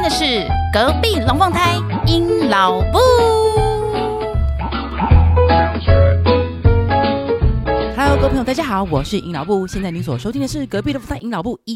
的是隔壁龙凤胎鹰老布。Hello， 各位朋友，大家好，我是鹰老布。现在你所收听的是隔壁龙凤胎鹰老布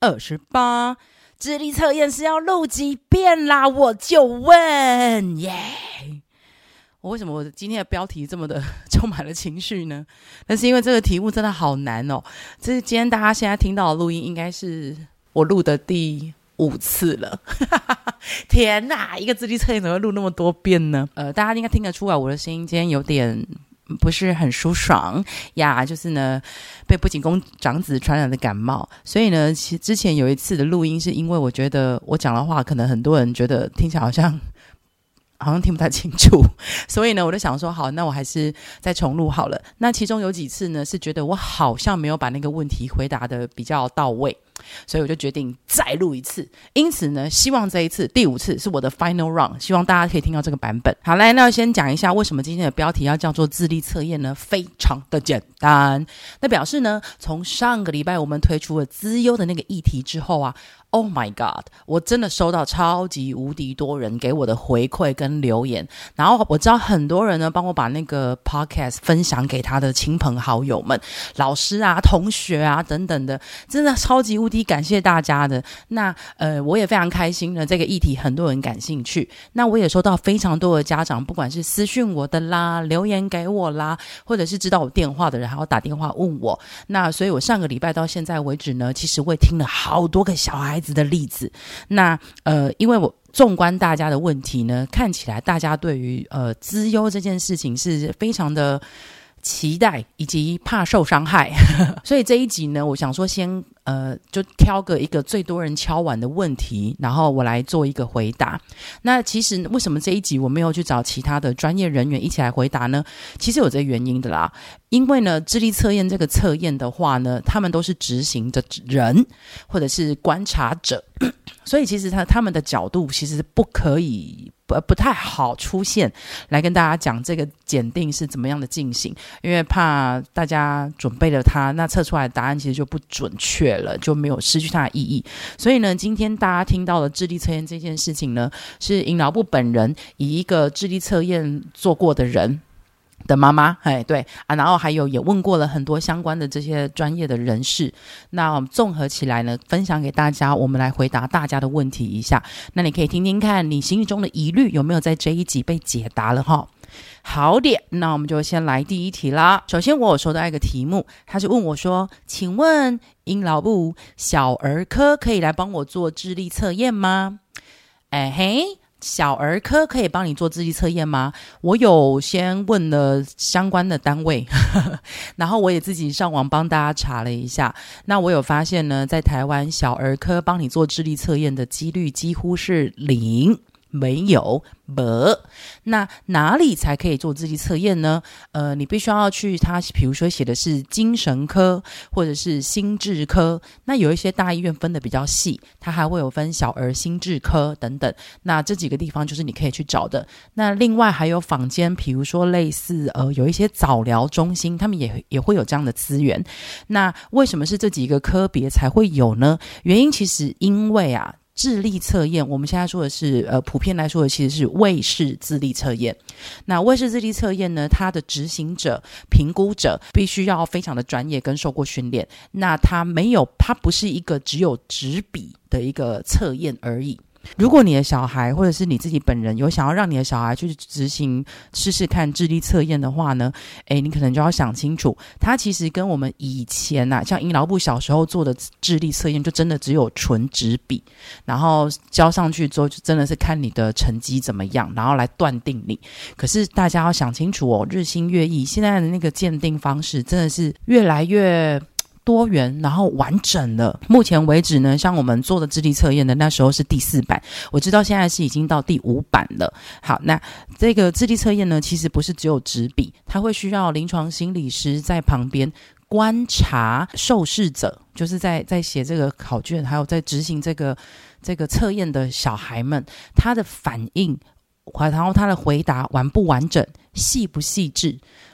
EP28。智力测验是要录几遍啦？我就问耶。我为什么我今天的标题这么的充满了情绪呢？但是因为这个题目真的好难哦。这是今天大家现在听到的录音，应该是我录的第5次了。天哪，一个智力测验怎么会录那么多遍呢？大家应该听得出来我的声音今天有点不是很舒爽呀，就是呢被不仅宫长子传染的感冒。所以呢之前有一次的录音是因为我觉得我讲的话可能很多人觉得听起来好像听不太清楚，所以呢我就想说好，那我还是再重录好了。那其中有几次呢是觉得我好像没有把那个问题回答的比较到位，所以我就决定再录一次。因此呢希望这一次第5次是我的 final round， 希望大家可以听到这个版本。好，来，那先讲一下为什么今天的标题要叫做智力测验呢？非常的简单，那表示呢从上个礼拜我们推出了资优的那个议题之后啊，Oh my god， 我真的收到超级无敌多人给我的回馈跟留言，然后我知道很多人呢帮我把那个 podcast 分享给他的亲朋好友们，老师啊同学啊等等的，真的超级无敌感谢大家的。那我也非常开心呢，这个议题很多人感兴趣。那我也收到非常多的家长，不管是私讯我的啦，留言给我啦，或者是知道我电话的人还要打电话问我。那所以我上个礼拜到现在为止呢，其实我也听了好多个小孩子的例子。那因为我纵观大家的问题呢，看起来大家对于资优这件事情是非常的期待以及怕受伤害所以这一集呢我想说先就挑一个最多人敲碗的问题，然后我来做一个回答。那其实为什么这一集我没有去找其他的专业人员一起来回答呢？其实有这个原因的啦。因为呢智力测验这个测验的话呢，他们都是执行的人或者是观察者，所以其实他们的角度其实不可以不太好出现来跟大家讲这个检定是怎么样的进行，因为怕大家准备了它，那测出来的答案其实就不准确了，就没有失去它的意义。所以呢今天大家听到的智力测验这件事情呢，是鹰老布本人以一个智力测验做过的人的妈妈，对啊，然后还有也问过了很多相关的这些专业的人士，那我们综合起来呢分享给大家，我们来回答大家的问题一下。那你可以听听看你心里中的疑虑有没有在这一集被解答了齁。好的，那我们就先来第一题啦。首先我有收到一个题目，他是问我说，请问鹰老布小儿科可以来帮我做智力测验吗？小儿科可以帮你做智力测验吗？我有先问了相关的单位然后我也自己上网帮大家查了一下，那我有发现呢，在台湾小儿科帮你做智力测验的几率几乎是0，没有。那哪里才可以做智力测验呢？你必须要去他比如说写的是精神科或者是心智科，那有一些大医院分的比较细，它还会有分小儿心智科等等，那这几个地方就是你可以去找的。那另外还有坊间比如说类似有一些早疗中心，他们也会有这样的资源。那为什么是这几个科别才会有呢？原因其实因为啊智力测验我们现在说的是普遍来说的其实是卫士智力测验。那卫士智力测验呢，它的执行者评估者必须要非常的专业跟受过训练，那它不是一个只有纸笔的一个测验而已。如果你的小孩或者是你自己本人有想要让你的小孩去执行试试看智力测验的话呢，你可能就要想清楚，它其实跟我们以前像鹰老布小时候做的智力测验就真的只有纯纸笔，然后交上去之后就真的是看你的成绩怎么样，然后来断定你。可是大家要想清楚哦，日新月异，现在的那个鉴定方式真的是越来越多元然后完整了。目前为止呢，像我们做的智力测验的那时候是第4版，我知道现在是已经到第5版了。好，那这个智力测验呢其实不是只有纸笔，它会需要临床心理师在旁边观察受试者，就是在写这个考卷还有在执行这个测验的小孩们，他的反应然后他的回答完不完整，细不细致，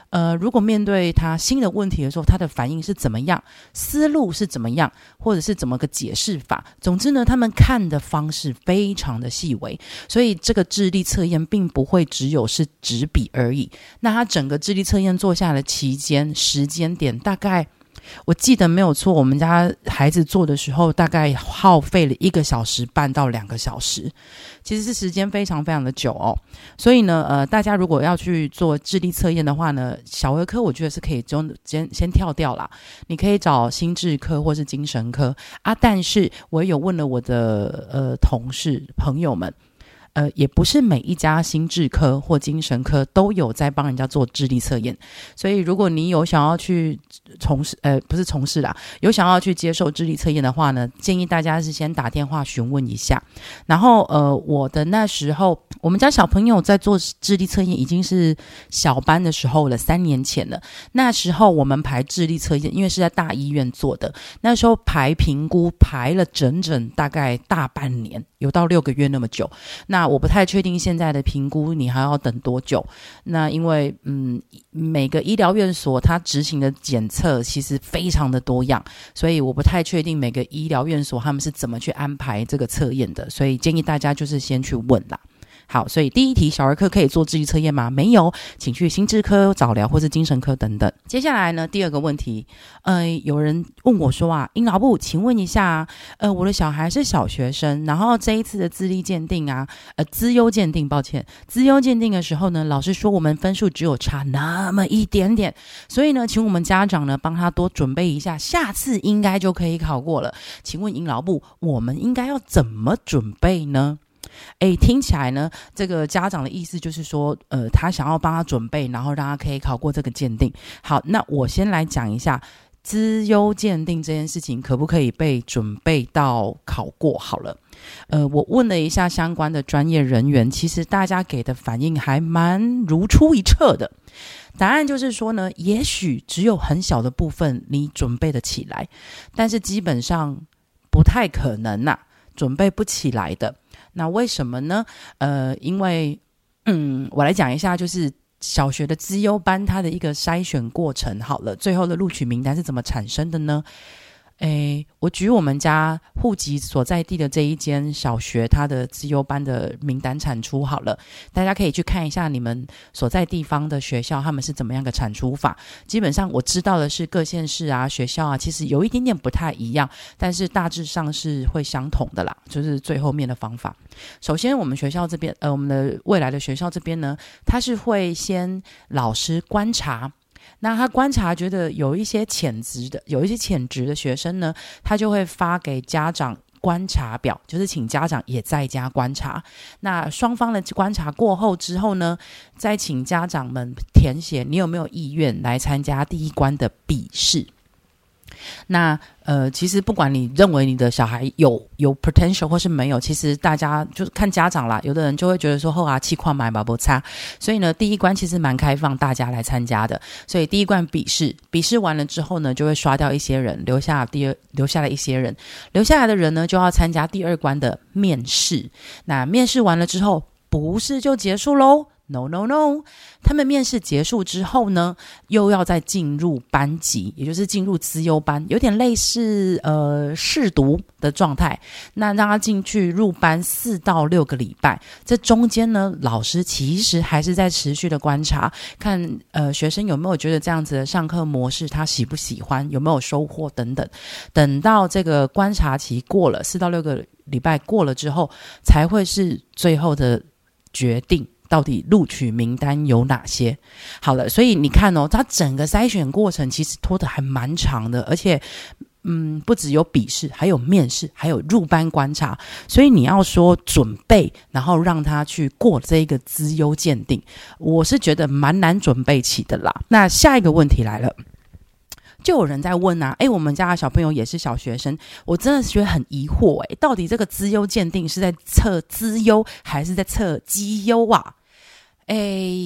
如果面对他新的问题的时候，他的反应是怎么样，思路是怎么样，或者是怎么个解释法，总之呢他们看的方式非常的细微，所以这个智力测验并不会只有是纸笔而已。那他整个智力测验做下的期间时间点，大概我记得没有错，我们家孩子做的时候大概耗费了1个小时半到2个小时，其实是时间非常非常的久哦。所以呢大家如果要去做智力测验的话呢，小儿科我觉得是可以先跳掉啦，你可以找心智科或是精神科啊。但是我有问了我的同事朋友们，也不是每一家心智科或精神科都有在帮人家做智力测验，所以如果你有想要去不是从事啦，有想要去接受智力测验的话呢，建议大家是先打电话询问一下。然后我的那时候我们家小朋友在做智力测验已经是小班的时候了，3年前了。那时候我们排智力测验，因为是在大医院做的，那时候排评估排了整整大概大半年，有到6个月那么久。那我不太确定现在的评估你还要等多久，那因为每个医疗院所它执行的检测其实非常的多样，所以我不太确定每个医疗院所他们是怎么去安排这个测验的，所以建议大家就是先去问啦。好，所以第一题，小儿科可以做智力测验吗？没有，请去心智科、早疗或是精神科等等。接下来呢，第二个问题，有人问我说啊，英劳部，请问一下我的小孩是小学生，然后这一次的资历鉴定啊，资优鉴定的时候呢，老师说我们分数只有差那么一点点，所以呢，请我们家长呢帮他多准备一下，下次应该就可以考过了。请问英劳部，我们应该要怎么准备呢？听起来呢，这个家长的意思就是说他想要帮他准备，然后让他可以考过这个鉴定。好，那我先来讲一下资优鉴定这件事情可不可以被准备到考过好了。我问了一下相关的专业人员，其实大家给的反应还蛮如出一辙的。答案就是说呢，也许只有很小的部分你准备得起来，但是基本上不太可能准备不起来的。那为什么呢？因为我来讲一下，就是小学的资优班它的一个筛选过程好了，最后的录取名单是怎么产生的呢？我举我们家户籍所在地的这一间小学，它的资优班的名单产出好了，大家可以去看一下你们所在地方的学校他们是怎么样的产出法。基本上我知道的是各县市啊学校啊其实有一点点不太一样，但是大致上是会相同的啦，就是最后面的方法。首先我们学校这边我们的未来的学校这边呢，它是会先老师观察，那他观察觉得有一些潜质的学生呢，他就会发给家长观察表，就是请家长也在家观察。那双方的观察过后之后呢，再请家长们填写你有没有意愿来参加第一关的笔试。那其实不管你认为你的小孩有 potential 或是没有，其实大家就是看家长啦，有的人就会觉得说后气况买吧不差，所以呢第一关其实蛮开放大家来参加的。所以第一关笔试完了之后呢，就会刷掉一些人，留下来一些人，留下来的人呢就要参加第二关的面试。那面试完了之后不是就结束咯？No， 他们面试结束之后呢，又要再进入班级，也就是进入资优班，有点类似试读的状态。那让他进去入班4到6个礼拜，这中间呢，老师其实还是在持续的观察，看学生有没有觉得这样子的上课模式他喜不喜欢，有没有收获等等。等到这个观察期过了4到6个礼拜过了之后，才会是最后的决定。到底录取名单有哪些？好了，所以你看它整个筛选过程其实拖得还蛮长的，而且不只有笔试，还有面试，还有入班观察，所以你要说准备，然后让他去过这个资优鉴定，我是觉得蛮难准备起的啦。那下一个问题来了。就有人在问我们家的小朋友也是小学生，我真的是觉得很疑惑到底这个资优鉴定是在测资优还是在测绩优啊？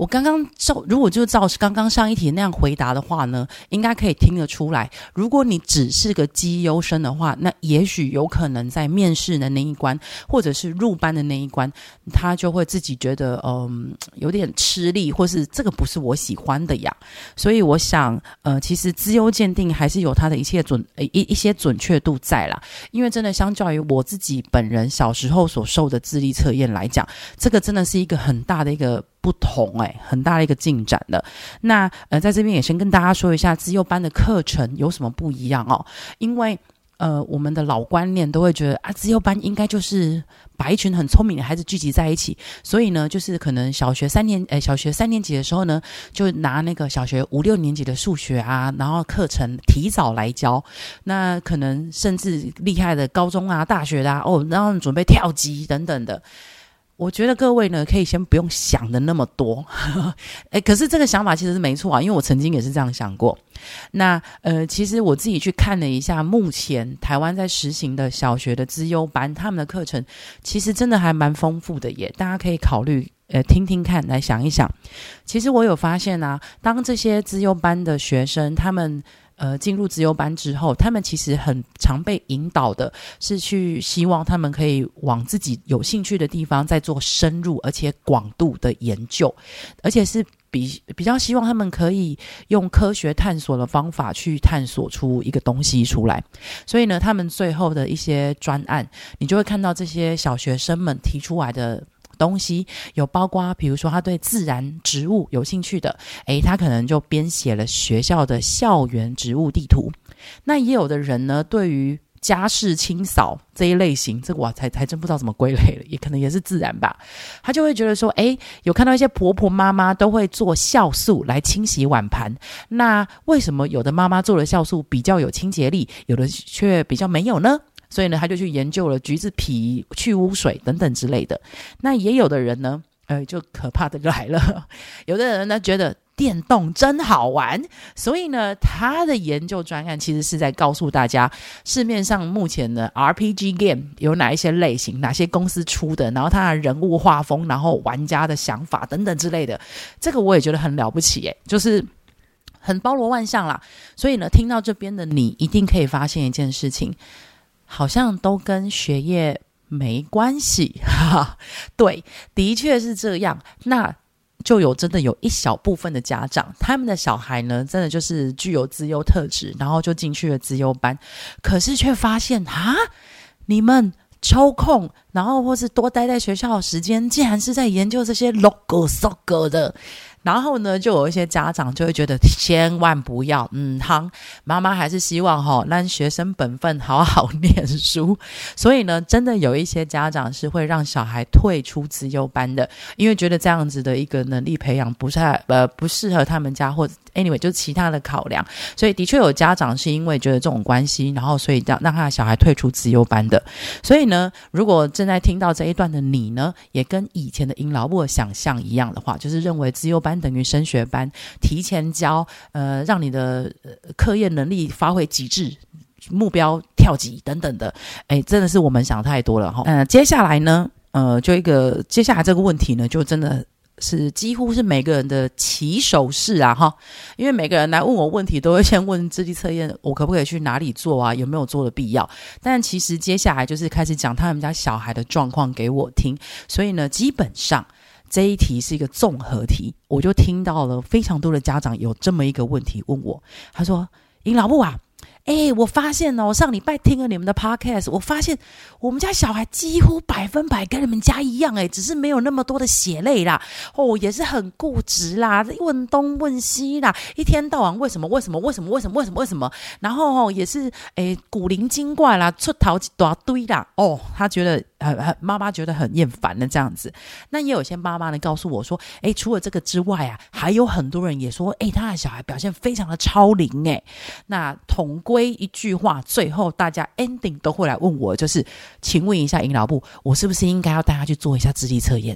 我如果就照刚刚上一题那样回答的话呢，应该可以听得出来，如果你只是个绩优生的话，那也许有可能在面试的那一关或者是入班的那一关，他就会自己觉得有点吃力，或是这个不是我喜欢的呀。所以我想其实资优鉴定还是有它的一些准确度在啦，因为真的相较于我自己本人小时候所受的智力测验来讲，这个真的是一个很大的一个不同很大的一个进展了。那在这边也先跟大家说一下资优班的课程有什么不一样哦，因为我们的老观念都会觉得啊，资优班应该就是把一群很聪明的孩子聚集在一起，所以呢，就是可能小学三年级的时候呢，就拿那个小学5、6年级的数学啊，然后课程提早来教。那可能甚至厉害的高中啊、大学啊，然后准备跳级等等的。我觉得各位呢，可以先不用想的那么多可是这个想法其实是没错啊，因为我曾经也是这样想过。那其实我自己去看了一下目前台湾在实行的小学的资优班，他们的课程其实真的还蛮丰富的耶，大家可以考虑听听看，来想一想。其实我有发现啊，当这些资优班的学生他们进入资优班之后，他们其实很常被引导的是去希望他们可以往自己有兴趣的地方再做深入而且广度的研究，而且是比较希望他们可以用科学探索的方法去探索出一个东西出来。所以呢，他们最后的一些专案，你就会看到这些小学生们提出来的东西，有包括比如说他对自然植物有兴趣的，他可能就编写了学校的校园植物地图。那也有的人呢，对于家事清扫这一类型，这个我才真不知道怎么归类了，也可能也是自然吧。他就会觉得说，有看到一些婆婆妈妈都会做酵素来清洗碗盘，那为什么有的妈妈做的酵素比较有清洁力，有的却比较没有呢？所以呢，他就去研究了橘子皮去污水等等之类的。那也有的人呢，就可怕的来了，有的人呢觉得电动真好玩，所以呢，他的研究专案其实是在告诉大家，市面上目前的 RPG game 有哪一些类型，哪些公司出的，然后它的人物画风，然后玩家的想法等等之类的。这个我也觉得很了不起就是很包罗万象啦。所以呢，听到这边的你一定可以发现一件事情，好像都跟学业没关系对，的确是这样。那就真的有一小部分的家长，他们的小孩呢真的就是具有资优特质，然后就进去了资优班，可是却发现你们抽空然后或是多待在学校的时间，竟然是在研究这些 logo sogo 的。然后呢，就有一些家长就会觉得千万不要，妈妈还是希望让学生本分好好念书。所以呢，真的有一些家长是会让小孩退出资优班的，因为觉得这样子的一个能力培养不适合他们家，或者 anyway 就是其他的考量。所以的确有家长是因为觉得这种关系，然后所以让他的小孩退出资优班的。所以呢，如果正在听到这一段的你呢，也跟以前的英劳部的想象一样的话，就是认为资优班等于升学班，提前教让你的课业能力发挥极致，目标跳级等等的，真的是我们想太多了接下来呢接下来这个问题呢，就真的是几乎是每个人的起手式因为每个人来问我问题都会先问智力测验我可不可以去哪里做啊，有没有做的必要。但其实接下来就是开始讲他们家小孩的状况给我听，所以呢基本上这一题是一个综合题。我就听到了非常多的家长有这么一个问题问我，他说英老部啊，我发现上礼拜听了你们的 podcast， 我发现我们家小孩几乎100%跟你们家一样只是没有那么多的血泪啦，也是很固执啦，问东问西啦，一天到晚为什么，然后也是古灵精怪啦，出头一大堆啦，他觉得妈妈觉得很厌烦的这样子。那也有些妈妈呢告诉我说除了这个之外啊，还有很多人也说他的小孩表现非常的超龄那统归一句话，最后大家 ending 都会来问我，就是请问一下英劳部，我是不是应该要带他去做一下智力测验？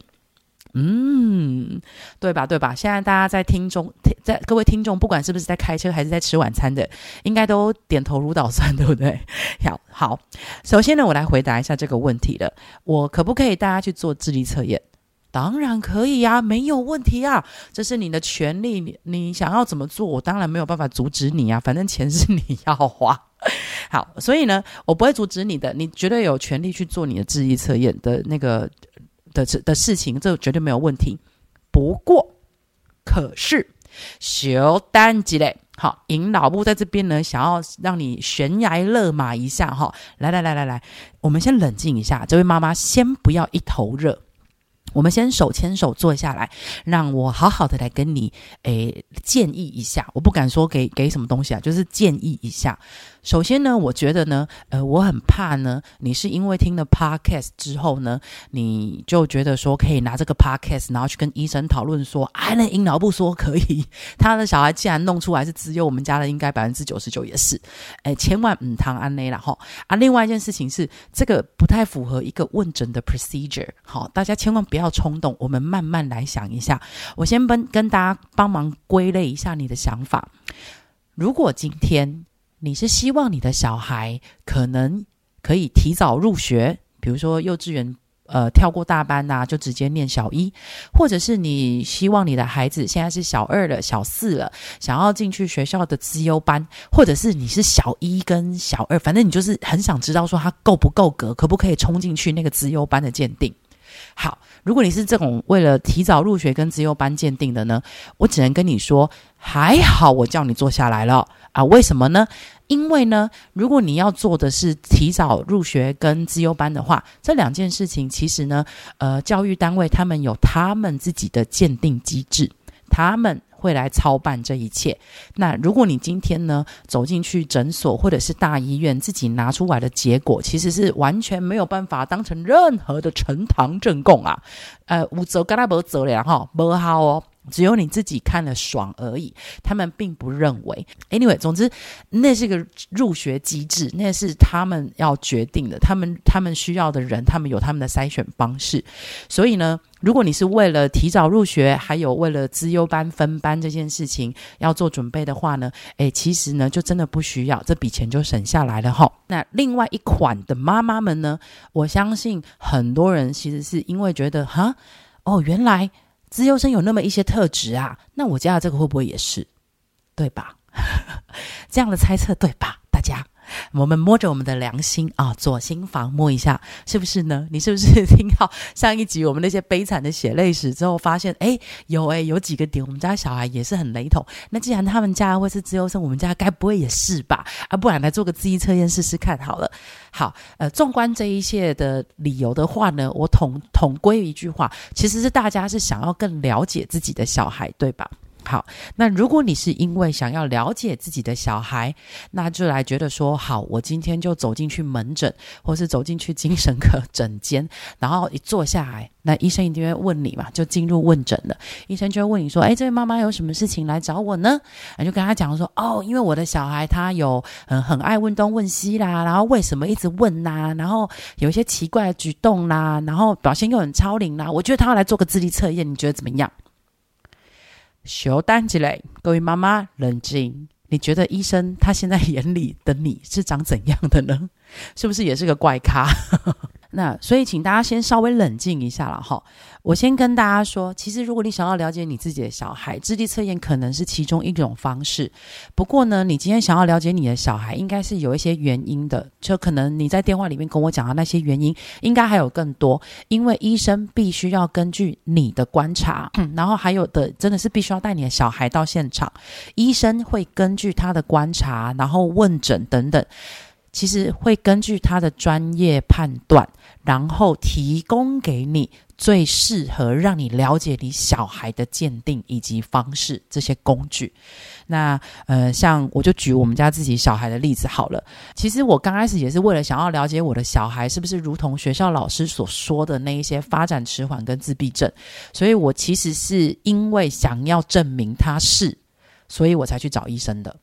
对吧？现在大家在各位听众，不管是不是在开车还是在吃晚餐的，应该都点头如捣蒜，对不对？好，首先呢，我来回答一下这个问题了。我可不可以带他去做智力测验？ 当然可以啊，没有问题啊，这是你的权利，你想要怎么做，我当然没有办法阻止你啊，反正钱是你要花。好，所以呢，我不会阻止你的，你绝对有权利去做你的智力测验的那个的事情，这绝对没有问题。不过，可是小单机嘞，好，尹老布在这边呢，想要让你悬崖勒马一下哈，来，我们先冷静一下，这位妈妈先不要一头热。我们先手牵手坐下来，让我好好的来跟你建议一下，我不敢说给什么东西啊，就是建议一下。首先呢，我觉得呢我很怕呢你是因为听了 podcast 之后呢，你就觉得说可以拿这个 podcast 然后去跟医生讨论说那尹老布说可以，他的小孩既然弄出来是资优，我们家的应该 99% 也是，千万唔通安内啦齁啊。另外一件事情是，这个不太符合一个问诊的 procedure， 好，大家千万不要冲动，我们慢慢来想一下。我先跟大家帮忙归类一下你的想法。如果今天你是希望你的小孩可能可以提早入学，比如说幼稚园跳过大班啊，就直接念小一，或者是你希望你的孩子现在是小二了小四了，想要进去学校的资优班，或者是你是小一跟小二，反正你就是很想知道说他够不够格，可不可以冲进去那个资优班的鉴定。好，如果你是这种为了提早入学跟资优班鉴定的呢，我只能跟你说还好我叫你坐下来了啊。为什么呢？因为呢，如果你要做的是提早入学跟资优班的话，这两件事情其实呢教育单位他们有他们自己的鉴定机制，他们会来操办这一切。那如果你今天呢走进去诊所或者是大医院，自己拿出来的结果其实是完全没有办法当成任何的呈堂证供啊，有责跟他没责了哈，没好哦，只有你自己看了爽而已，他们并不认为。 Anyway， 总之那是个入学机制，那是他们要决定的，他们需要的人，他们有他们的筛选方式。所以呢，如果你是为了提早入学，还有为了资优班分班这件事情要做准备的话呢，其实呢就真的不需要，这笔钱就省下来了齁。那另外一款的妈妈们呢，我相信很多人其实是因为觉得原来资优生有那么一些特质啊，那我家的这个会不会也是，对吧？这样的猜测对吧？大家我们摸着我们的良心啊，左心房摸一下，是不是呢？你是不是听到上一集我们那些悲惨的血泪史之后发现有几个点我们家小孩也是很雷同，那既然他们家会是资优生，我们家该不会也是吧？不然来做个智力测验试试看好了。好，纵观这一切的理由的话呢，我统归一句话，其实是大家是想要更了解自己的小孩，对吧？好，那如果你是因为想要了解自己的小孩，那就来觉得说好，我今天就走进去门诊，或是走进去精神科诊间，然后一坐下来，那医生一定会问你嘛，就进入问诊了。医生就会问你说这位妈妈有什么事情来找我呢？就跟他讲说因为我的小孩他有很爱问东问西啦，然后为什么一直问啦，然后有一些奇怪的举动啦，然后表现又很超龄啦，我觉得他要来做个智力测验，你觉得怎么样？小单起来，各位妈妈冷静，你觉得医生他现在眼里的你是长怎样的呢？是不是也是个怪咖？那所以请大家先稍微冷静一下啦齁。我先跟大家说，其实如果你想要了解你自己的小孩，智力测验可能是其中一种方式。不过呢，你今天想要了解你的小孩，应该是有一些原因的，就可能你在电话里面跟我讲的那些原因，应该还有更多。因为医生必须要根据你的观察，然后还有的真的是必须要带你的小孩到现场，医生会根据他的观察，然后问诊等等，其实会根据他的专业判断，然后提供给你最适合让你了解你小孩的鉴定以及方式，这些工具。那像我就举我们家自己小孩的例子好了。其实我刚开始也是为了想要了解我的小孩是不是如同学校老师所说的那一些发展迟缓跟自闭症，所以我其实是因为想要证明他是，所以我才去找医生的。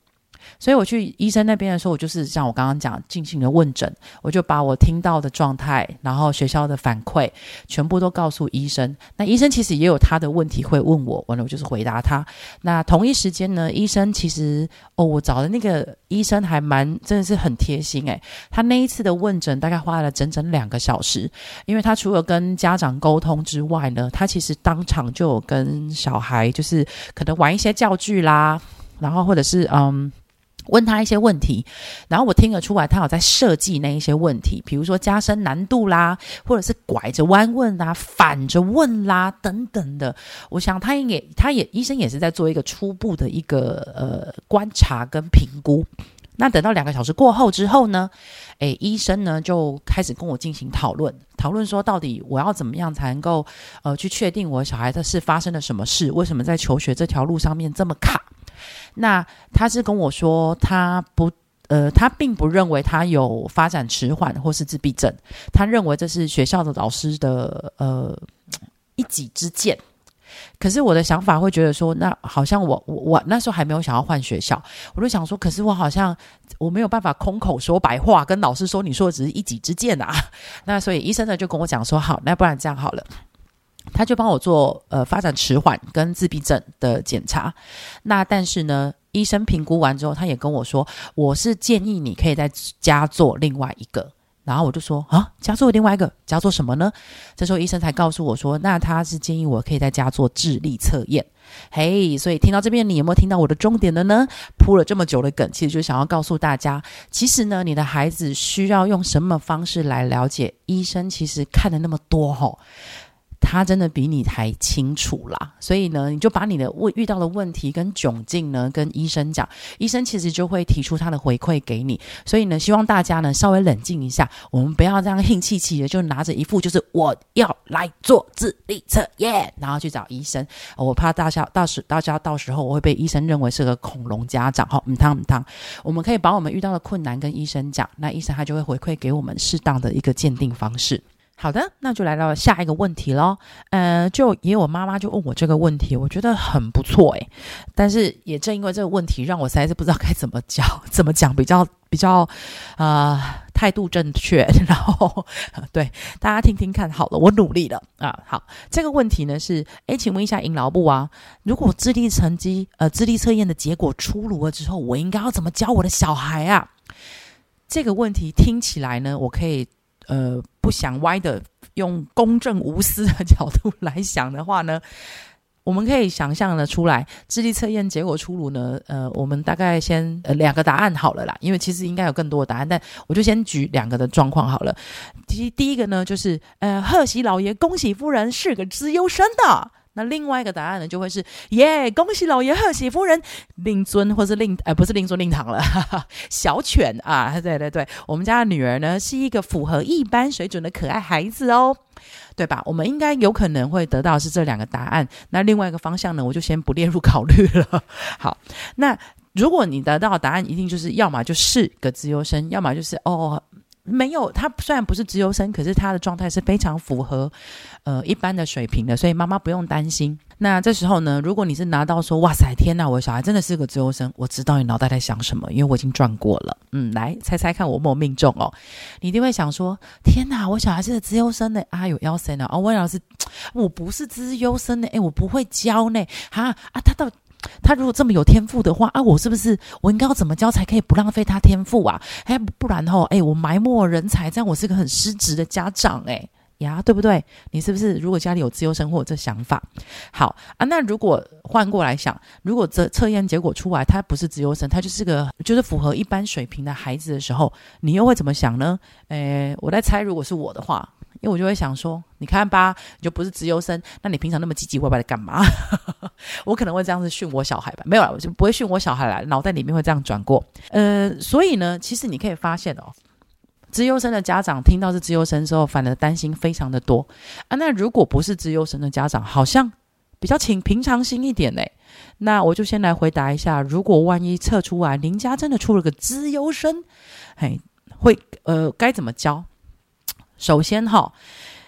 所以我去医生那边的时候，我就是像我刚刚讲进行了问诊，我就把我听到的状态，然后学校的反馈全部都告诉医生。那医生其实也有他的问题会问我，完了我就是回答他。那同一时间呢，医生其实我找的那个医生还真的是很贴心他那一次的问诊大概花了整整2个小时，因为他除了跟家长沟通之外呢，他其实当场就有跟小孩就是可能玩一些教具啦，然后或者是问他一些问题，然后我听得出来他有在设计那一些问题，比如说加深难度啦，或者是拐着弯问啦，反着问啦等等的。我想他也医生也是在做一个初步的一个观察跟评估。那等到2个小时过后之后呢，医生呢就开始跟我进行讨论说到底我要怎么样才能够去确定我小孩的是发生了什么事，为什么在求学这条路上面这么卡。那他是跟我说他并不认为他有发展迟缓或是自闭症，他认为这是学校的老师的一己之见。可是我的想法会觉得说，那好像我那时候还没有想要换学校，我就想说，可是我好像我没有办法空口说白话跟老师说你说的只是一己之见啊。那所以医生呢就跟我讲说，好，那不然这样好了，他就帮我做发展迟缓跟自闭症的检查。那但是呢，医生评估完之后，他也跟我说，我是建议你可以再加做另外一个。然后我就说加做另外一个，加做什么呢？这时候医生才告诉我说，那他是建议我可以再加做智力测验。所以听到这边你有没有听到我的重点了呢？铺了这么久的梗，其实就想要告诉大家，其实呢，你的孩子需要用什么方式来了解医生其实看了那么多他真的比你还清楚啦。所以呢，你就把你的遇到的问题跟窘境呢跟医生讲，医生其实就会提出他的回馈给你。所以呢，希望大家呢稍微冷静一下，我们不要这样硬气气的就拿着一副就是我要来做智力测验然后去找医生。我怕大家到时候我会被医生认为是个恐龙家长我们可以把我们遇到的困难跟医生讲，那医生他就会回馈给我们适当的一个鉴定方式。好的，那就来到下一个问题咯。就也有妈妈就问我这个问题，我觉得很不错但是也正因为这个问题，让我实在是不知道该怎么讲比较态度正确，然后对大家听听看好了，我努力了好，这个问题呢是请问一下营劳部啊，如果智力测验的结果出炉了之后，我应该要怎么教我的小孩啊？这个问题听起来呢，我可以不想歪的用公正无私的角度来想的话呢，我们可以想象的出来，智力测验结果出炉呢，我们大概先2个答案好了啦，因为其实应该有更多的答案，但我就先举2个的状况好了。第一个呢就是贺喜老爷恭喜夫人是个资优生的。那另外一个答案呢，就会是恭喜老爷贺喜夫人令尊，或是不是令尊令堂了小犬啊，对，我们家的女儿呢是一个符合一般水准的可爱孩子哦，对吧？我们应该有可能会得到是这2个答案。那另外一个方向呢，我就先不列入考虑了。好，那如果你得到的答案一定就是要么就是个资优生，要么就是没有，他虽然不是资优生，可是他的状态是非常符合一般的水平的，所以妈妈不用担心。那这时候呢，如果你是拿到说哇塞天哪，我的小孩真的是个资优生，我知道你脑袋在想什么，因为我已经转过了。来猜猜看我有没有命中你一定会想说，天哪，我小孩是个资优生呢，有腰身呢温老师我不是资优生呢，我不会教呢他如果这么有天赋的话我是不是我应该要怎么教才可以不浪费他天赋啊？不然我埋没人才，这样我是个很失职的家长对不对？你是不是如果家里有资优生或有这想法？好那如果换过来想，如果这测验结果出来他不是资优生，他就是符合一般水平的孩子的时候，你又会怎么想呢？我在猜，如果是我的话，因为我就会想说，你看吧，你就不是资优生，那你平常那么唧唧歪歪的干嘛？我可能会这样子训我小孩吧，没有啦，我就不会训我小孩啦，脑袋里面会这样转过。所以呢，其实你可以发现资优生的家长听到是资优生之后，反而担心非常的多那如果不是资优生的家长，好像比较平常心一点那我就先来回答一下，如果万一测出来您家真的出了个资优生，会该怎么教？首先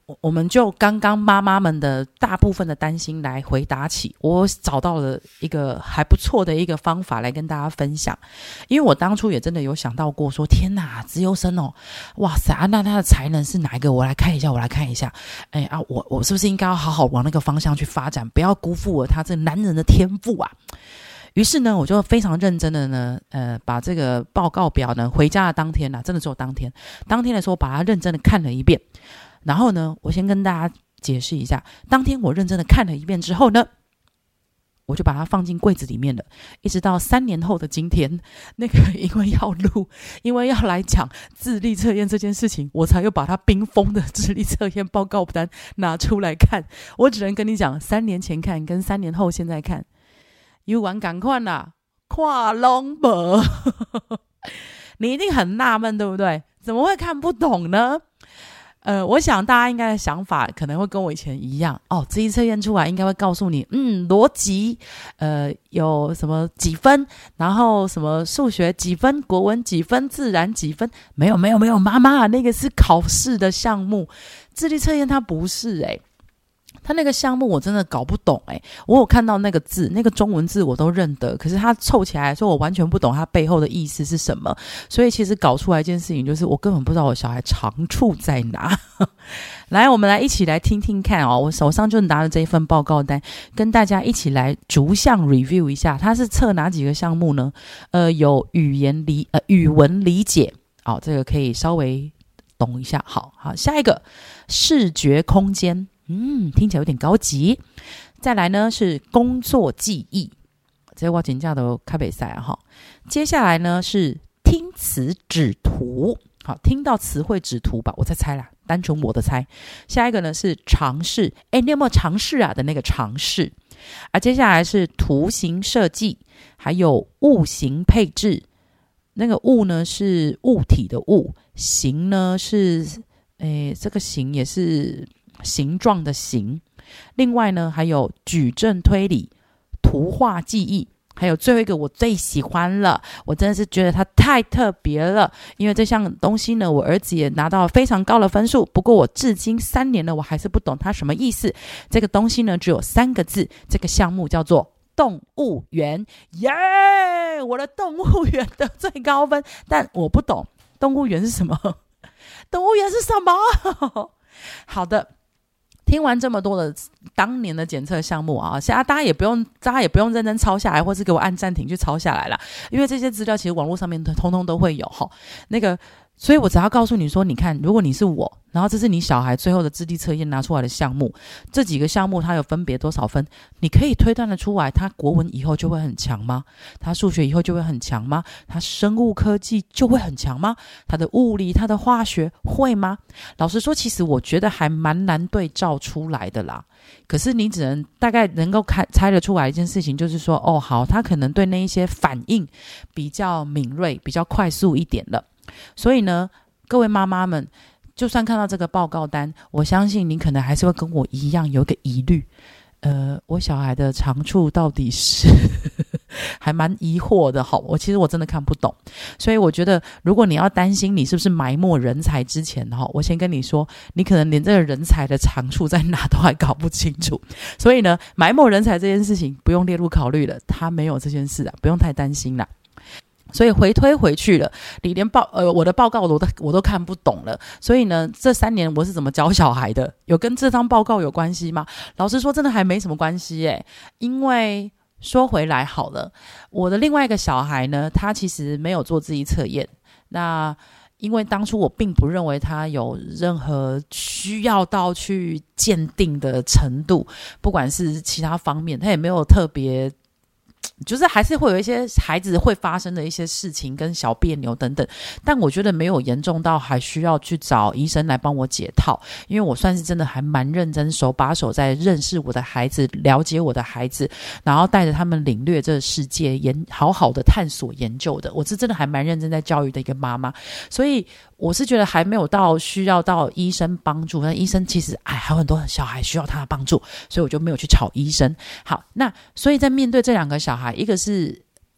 我们就刚刚妈妈们的大部分的担心来回答起，我找到了一个还不错的一个方法来跟大家分享。因为我当初也真的有想到过说，天哪，资优生哦，哇塞啊，那他的才能是哪一个？我来看一下。我是不是应该要好好往那个方向去发展，不要辜负了他这男人的天赋啊？于是呢，我就非常认真的呢，把这个报告表呢，回家的当天真的只有当天的时候，把它认真的看了一遍。然后呢，我先跟大家解释一下，当天我认真的看了一遍之后呢，我就把它放进柜子里面了，一直到3年后的今天，那个因为要来讲智力测验这件事情，我才又把它冰封的智力测验报告单拿出来看。我只能跟你讲，3年前看跟3年后现在看，有完赶快啦，跨龙博，你一定很纳闷，对不对？怎么会看不懂呢？我想大家应该的想法可能会跟我以前一样哦，智力测验出来应该会告诉你，逻辑有什么几分，然后什么数学几分，国文几分，自然几分。没有，妈妈，那个是考试的项目，智力测验它不是他那个项目我真的搞不懂我有看到那个字，那个中文字我都认得，可是他凑起来说我完全不懂他背后的意思是什么，所以其实搞出来一件事情就是我根本不知道我小孩长处在哪。来，我们来一起来听听看我手上就拿着这一份报告单，跟大家一起来逐项 review 一下，它是测哪几个项目呢？有语文理解这个可以稍微懂一下。好，下一个视觉空间，听起来有点高级。再来呢是工作记忆，这我真的都较不懂哈。接下来呢是听词指图，好，听到词汇指图吧，我在猜啦，单纯我的猜。下一个呢是尝试，你有没有尝试啊的那个尝试接下来是图形设计，还有物形配置。那个物呢是物体的物，形呢是这个形也是形状的形。另外呢还有矩阵推理、图画记忆，还有最后一个我最喜欢了，我真的是觉得它太特别了，因为这项东西呢我儿子也拿到了非常高的分数，不过我至今3年了我还是不懂它什么意思。这个东西呢只有3个字，这个项目叫做动物园。耶，我的动物园的最高分，但我不懂动物园是什么。动物园是什么？好的，听完这么多的当年的检测项目现在大家也不用认真抄下来，或是给我按暂停去抄下来啦，因为这些资料其实网络上面通通都会有那个，所以我只要告诉你说，你看，如果你是我，然后这是你小孩最后的智力测验拿出来的项目，这几个项目它有分别多少分，你可以推断的出来，他国文以后就会很强吗？他数学以后就会很强吗？他生物科技就会很强吗？他的物理、他的化学会吗？老实说，其实我觉得还蛮难对照出来的啦。可是你只能大概能够猜得出来一件事情，就是说好，他可能对那一些反应比较敏锐，比较快速一点了。所以呢，各位妈妈们，就算看到这个报告单，我相信你可能还是会跟我一样有一个疑虑，我小孩的长处到底是还蛮疑惑的其实我真的看不懂。所以我觉得如果你要担心你是不是埋没人才之前我先跟你说，你可能连这个人才的长处在哪都还搞不清楚。所以呢，埋没人才这件事情不用列入考虑了，他没有这件事不用太担心啦。所以回推回去了，你连我的报告我都看不懂了。所以呢，这3年我是怎么教小孩的，有跟这张报告有关系吗？老实说真的还没什么关系因为说回来好了，我的另外一个小孩呢，他其实没有做智力测验。那因为当初我并不认为他有任何需要到去鉴定的程度，不管是其他方面，他也没有特别，就是还是会有一些孩子会发生的一些事情跟小别扭等等，但我觉得没有严重到还需要去找医生来帮我解套。因为我算是真的还蛮认真手把手在认识我的孩子，了解我的孩子，然后带着他们领略这个世界，好好的探索研究的。我是真的还蛮认真在教育的一个妈妈，所以我是觉得还没有到需要到医生帮助。那医生其实还有很多小孩需要他的帮助，所以我就没有去吵医生。好，那所以在面对这2个小孩，一个是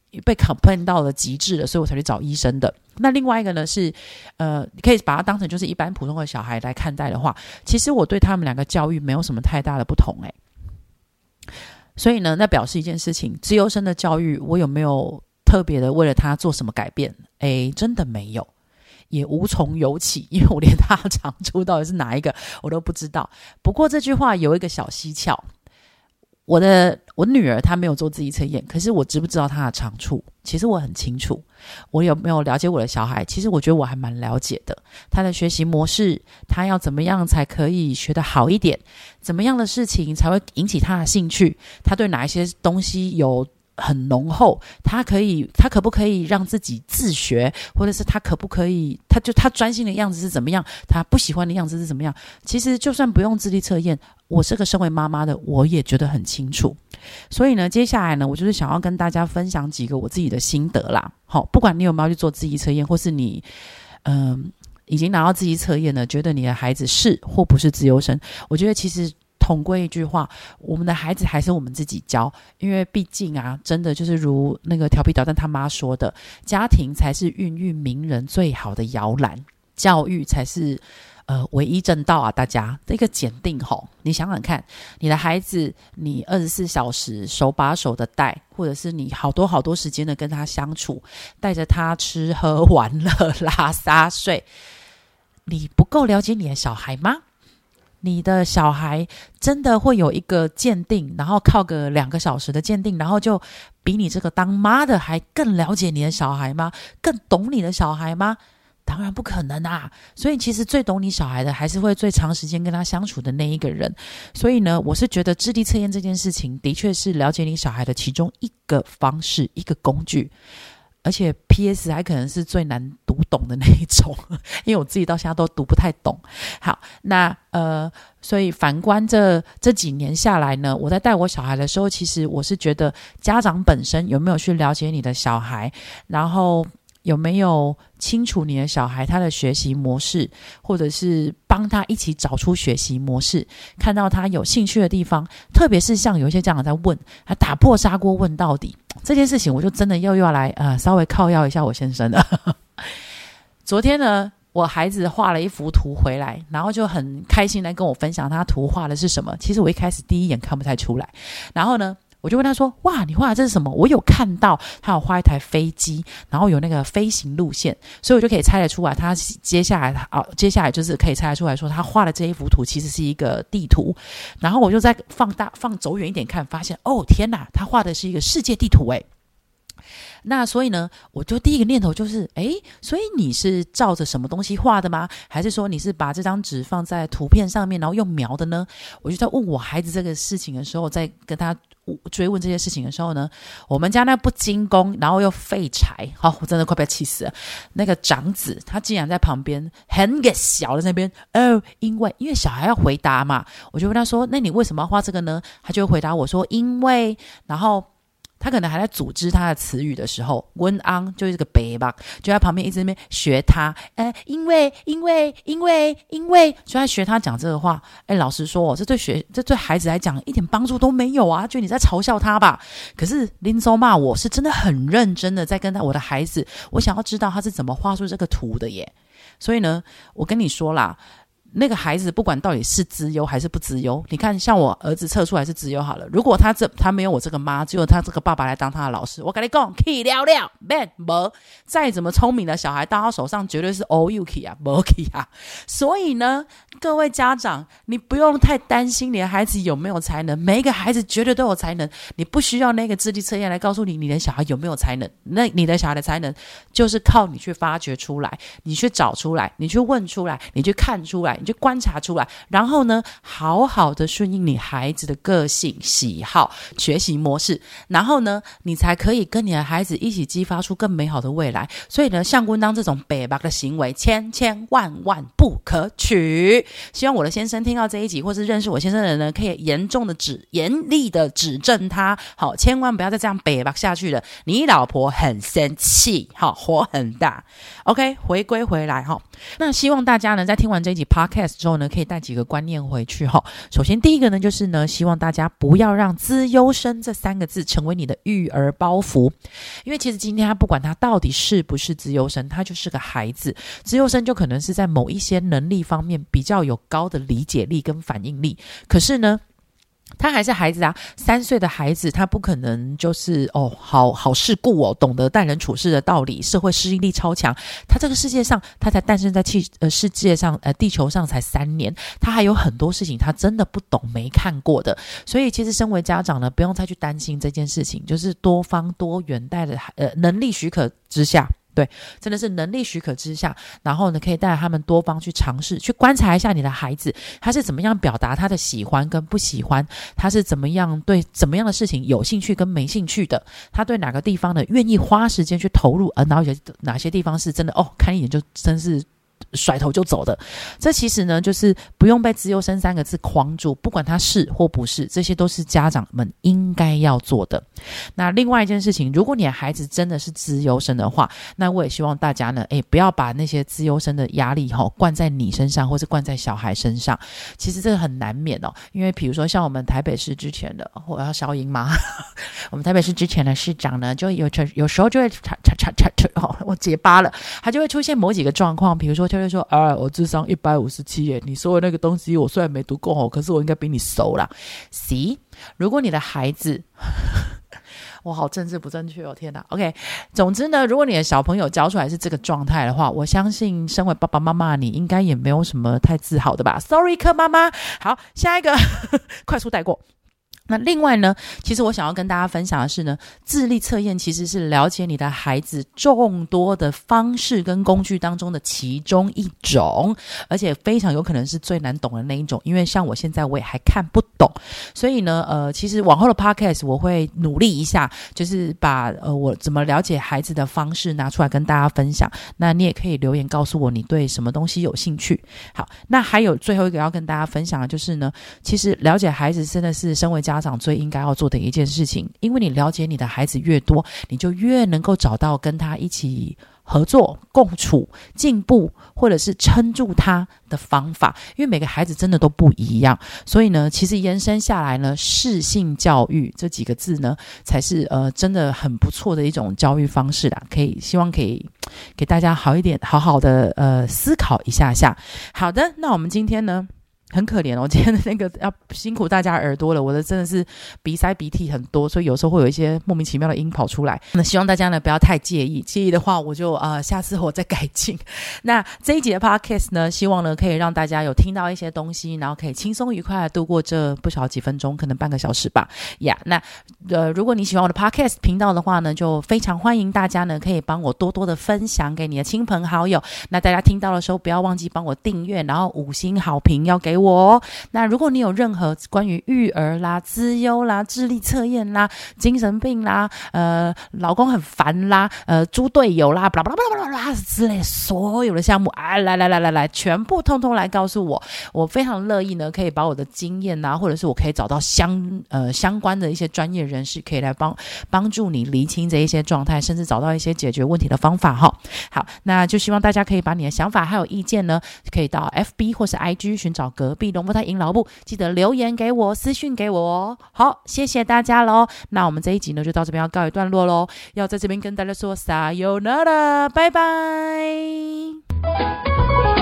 被 complain 到了极致了，所以我才去找医生的。那另外一个呢是你可以把它当成就是一般普通的小孩来看待的话，其实我对他们两个教育没有什么太大的不同所以呢，那表示一件事情，资优生的教育我有没有特别的为了他做什么改变？真的没有，也无从有起，因为我连他长处到底是哪一个我都不知道。不过这句话有一个小蹊跷，我女儿她没有做自己测验，可是我知不知道她的长处？其实我很清楚。我有没有了解我的小孩？其实我觉得我还蛮了解的。他的学习模式，他要怎么样才可以学得好一点？怎么样的事情才会引起他的兴趣？他对哪一些东西有很浓厚，他可不可以让自己自学，或者是他可不可以他专心的样子是怎么样，他不喜欢的样子是怎么样？其实就算不用智力测验，我是个身为妈妈的，我也觉得很清楚。所以呢，接下来呢，我就是想要跟大家分享几个我自己的心得啦。好，不管你有没有去做智力测验，或是你已经拿到智力测验了，觉得你的孩子是或不是资优生，我觉得其实统归一句话，我们的孩子还是我们自己教，因为毕竟真的就是如那个调皮捣蛋他妈说的，家庭才是孕育名人最好的摇篮，教育才是唯一正道大家这个检定你想想看，你的孩子你24小时手把手的带，或者是你好多时间的跟他相处，带着他吃喝玩乐拉撒睡，你不够了解你的小孩吗？你的小孩真的会有一个鉴定，然后靠个2个小时的鉴定，然后就比你这个当妈的还更了解你的小孩吗？更懂你的小孩吗？当然不可能所以其实最懂你小孩的还是会最长时间跟他相处的那一个人。所以呢，我是觉得智力测验这件事情的确是了解你小孩的其中一个方式，一个工具，而且 PS 还可能是最难读懂的那一种，因为我自己到现在都读不太懂。好，那所以反观这几年下来呢，我在带我小孩的时候，其实我是觉得家长本身有没有去了解你的小孩，然后有没有清楚你的小孩他的学习模式，或者是帮他一起找出学习模式，看到他有兴趣的地方，特别是像有一些家长在问，他打破砂锅问到底这件事情，我就真的又要来稍微靠腰一下我先生了。昨天呢，我孩子画了一幅图回来，然后就很开心来跟我分享他图画的是什么。其实我一开始第一眼看不太出来，然后呢我就问他说，哇，你画的这是什么？我有看到他有画一台飞机，然后有那个飞行路线，所以我就可以猜得出来，他接下来就是可以猜得出来说，他画的这一幅图其实是一个地图。然后我就再放走远一点看，发现天哪，他画的是一个世界地图那所以呢，我就第一个念头就是所以你是照着什么东西画的吗？还是说你是把这张纸放在图片上面然后用描的呢？我就在问我孩子这个事情的时候，在跟他追问这些事情的时候呢，我们家那不精工然后又废柴，我真的快被气死了。那个长子他竟然在旁边很给小的那边因为小孩要回答嘛，我就问他说，那你为什么要画这个呢？他就会回答我说，因为，然后他可能还在组织他的词语的时候，温昂就是个北吧，就在旁边一直在那边学他，因为，就在学他讲这个话。老实说这对孩子来讲一点帮助都没有觉得你在嘲笑他吧。可是林州骂我是真的很认真的在跟我的孩子，我想要知道他是怎么画出这个图的耶。所以呢，我跟你说啦，那个孩子不管到底是资优还是不资优，你看像我儿子测出来是资优好了，如果他没有我这个妈，只有他这个爸爸来当他的老师，我跟你讲去了了没，再怎么聪明的小孩到他手上绝对是 all you 去没去所以呢，各位家长，你不用太担心你的孩子有没有才能，每一个孩子绝对都有才能，你不需要那个智力测验来告诉你的小孩有没有才能，那你的小孩的才能就是靠你去发掘出来，你去找出来，你去问出来，你去看出来，你去观察出来，然后呢好好的顺应你孩子的个性喜好学习模式，然后呢你才可以跟你的孩子一起激发出更美好的未来。所以呢，像滚当这种北巴的行为千万不可取。希望我的先生听到这一集，或是认识我先生的人呢，可以严厉的指正他，好，千万不要再这样北巴下去了，你老婆很生气，好，火很大。OK， 回归回来那希望大家呢在听完这一集 Podcast podcast 之后呢，可以带几个观念回去哈。首先第一个呢，就是呢，希望大家不要让资优生这3个字成为你的育儿包袱，因为其实今天他不管他到底是不是资优生，他就是个孩子。资优生就可能是在某一些能力方面比较有高的理解力跟反应力，可是呢他还是孩子啊，3岁的孩子他不可能就是好世故懂得待人处事的道理，社会适应力超强。他这个世界上他才诞生在世界上地球上才3年，他还有很多事情他真的不懂没看过的。所以其实身为家长呢，不用再去担心这件事情，就是多方多元带的能力许可之下，对，真的是能力许可之下，然后呢可以带他们多方去尝试，去观察一下你的孩子他是怎么样表达他的喜欢跟不喜欢，他是怎么样对怎么样的事情有兴趣跟没兴趣的，他对哪个地方呢愿意花时间去投入，然后哪些地方是真的看一眼就真是甩头就走的。这其实呢就是不用被资优生3个字框住，不管他是或不是，这些都是家长们应该要做的。那另外一件事情，如果你的孩子真的是资优生的话，那我也希望大家呢不要把那些资优生的压力灌在你身上，或是灌在小孩身上。其实这个很难免因为比如说像我们台北市之前的，我要消音吗我们台北市之前的市长呢，就有时候就会我结巴了，他就会出现某几个状况，比如说他会说我智商157耶，你说的那个东西我虽然没读够可是我应该比你熟啦。See， 如果你的孩子我好政治不正确天哪 OK， 总之呢，如果你的小朋友教出来是这个状态的话，我相信身为爸爸妈妈你应该也没有什么太自豪的吧。 Sorry 柯妈妈。好，下一个快速带过。那另外呢，其实我想要跟大家分享的是呢，智力测验其实是了解你的孩子众多的方式跟工具当中的其中一种，而且非常有可能是最难懂的那一种，因为像我现在我也还看不懂。所以呢其实往后的 podcast 我会努力一下，就是把我怎么了解孩子的方式拿出来跟大家分享。那你也可以留言告诉我你对什么东西有兴趣。好，那还有最后一个要跟大家分享的就是呢，其实了解孩子真的是身为家长最应该要做的一件事情，因为你了解你的孩子越多，你就越能够找到跟他一起合作共处进步或者是撑住他的方法，因为每个孩子真的都不一样。所以呢其实延伸下来呢，适性教育这几个字呢才是真的很不错的一种教育方式啦，希望可以给大家好一点，好好的思考一下下。好的，那我们今天呢很可怜今天的那个要辛苦大家耳朵了，我的真的是鼻塞鼻涕很多，所以有时候会有一些莫名其妙的音跑出来，那希望大家呢不要太介意的话我就下次我再改进。那这一集的 podcast 呢，希望呢可以让大家有听到一些东西，然后可以轻松愉快的度过这不少几分钟，可能半个小时吧那如果你喜欢我的 podcast 频道的话呢，就非常欢迎大家呢可以帮我多多的分享给你的亲朋好友。那大家听到的时候不要忘记帮我订阅，然后5星好评要给我那如果你有任何关于育儿啦、资优啦、智力测验啦、精神病啦、老公很烦啦、猪队友啦、巴拉巴拉巴拉巴拉之类所有的项目来全部通通来告诉我，我非常乐意呢可以把我的经验啊，或者是我可以找到相关的一些专业人士，可以来帮助你厘清这一些状态，甚至找到一些解决问题的方法好，那就希望大家可以把你的想法还有意见呢，可以到 FB 或是 IG 寻找隔壁龙凤胎营老部，记得留言给我，私讯给我好，谢谢大家咯。那我们这一集呢就到这边要告一段落咯，要在这边跟大家说 Sayonara， 拜拜。